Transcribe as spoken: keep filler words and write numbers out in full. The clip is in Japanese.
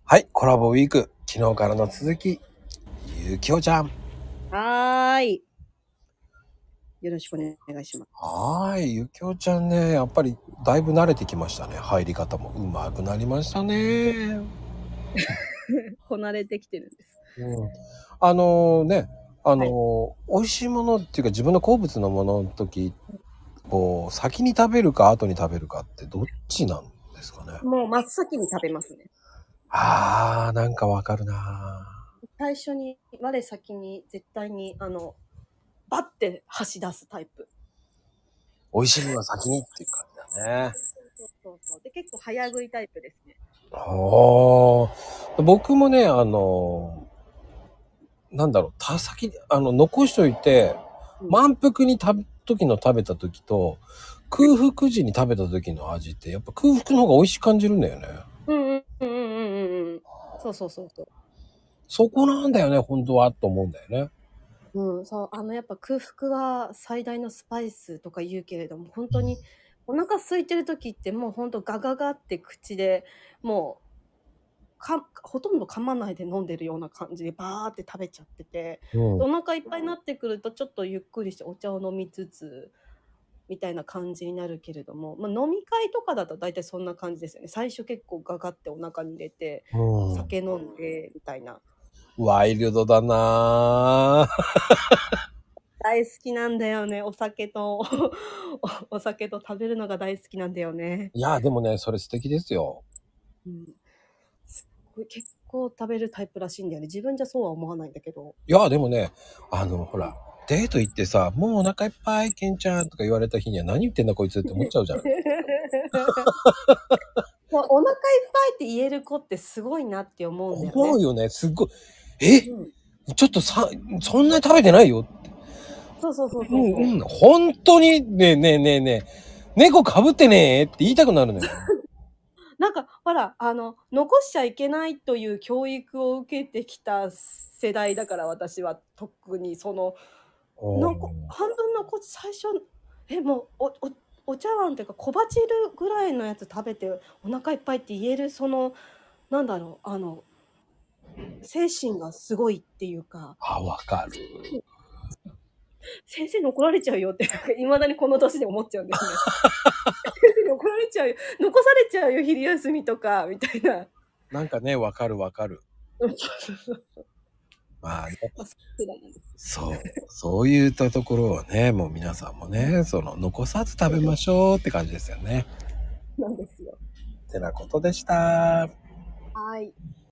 はい、コラボウィーク、昨日からの続き、ゆきおちゃん。 はーい。よろしくお願いします。 はーい、ゆきおちゃんね、やっぱりだいぶ慣れてきましたね。入り方も上手くなりましたね。 こなれてきてるんです。 うん、あのー、ね、あのー、 はい、 美味しいものっていうか自分の好物のものの時、こう、先に食べるか後に食べるかってどっちなんですかね。 もう真っ先に食べますね。 あー、なんかわかるな最初に、我先に絶対に、あの、バッて箸出すタイプ。 美味しいものは先にっていう感じだね。 そうそうそう。で、結構早食いタイプですね。 はあ。僕もね、あのー、なんだろう、た先に、あの、残しといて、 うん。 満腹に食べ、時の食べた時と、空腹時に食べた時の味って、やっぱ空腹の方が美味しく感じるんだよね。 うんうんうんうんうんうん。そうそうそうそう。 そこなんだよね、本当は、と思うんだよね。 うん、そう、あの、やっぱ空腹が最大のスパイスとか言うけれども、本当にお腹空いてる時ってもうほんとガガガって口で、もうかほとんど噛まないで飲んでるような感じでバーって食べちゃってて、 うん。 お腹いっぱいになってくるとちょっとゆっくりしてお茶を飲みつつみたいな感じになるけれども、まあ、飲み会とかだと大体そんな感じですよね。最初結構ガガってお腹に入れて、 うん。 酒飲んでみたいな。 ワイルドだなぁ。 大好きなんだよね、お酒とおお酒と食べるのが大好きなんだよね。 いや、でもね、それ素敵ですよ。 うん。すっごい結構食べるタイプらしいんだよね。自分じゃそうは思わないんだけど。 いや、でもね、あの、ほら、デート行ってさ、もうお腹いっぱい、ケンちゃんとか言われた日には何言ってんだこいつって思っちゃうじゃない。 もうお腹いっぱいって言える子ってすごいなって思うんだよね。 思うよね、すっごい。えうん。 ちょっとさ、そんなに食べてないよ。 そうそうそうそうそう。 うんうん。本当に、ねえねえねえねえ。猫かぶってねえって言いたくなるのよ。 なんかほら、あの、残しちゃいけないという教育を受けてきた世代だから私は特にその、のこお半分残し最初、え、もう、おおお茶碗っていうか小鉢るぐらいのやつ食べてお腹いっぱいって言えるその、なんだろう、あの、精神がすごいっていうか、 あ、わかる。 先生に怒られちゃうよって、未だにこの年で思っちゃうんですね。先生に怒られちゃうよ、残されちゃうよ、昼休みとかみたいな。 なんかね、わかるわかる。 うん、そうそうそう。 まあね、 ま、そうなんです。 そう。そういったところをね、もう皆さんもね、その、残さず食べましょうって感じですよね。 なんですよ。 てなことでした。 はい。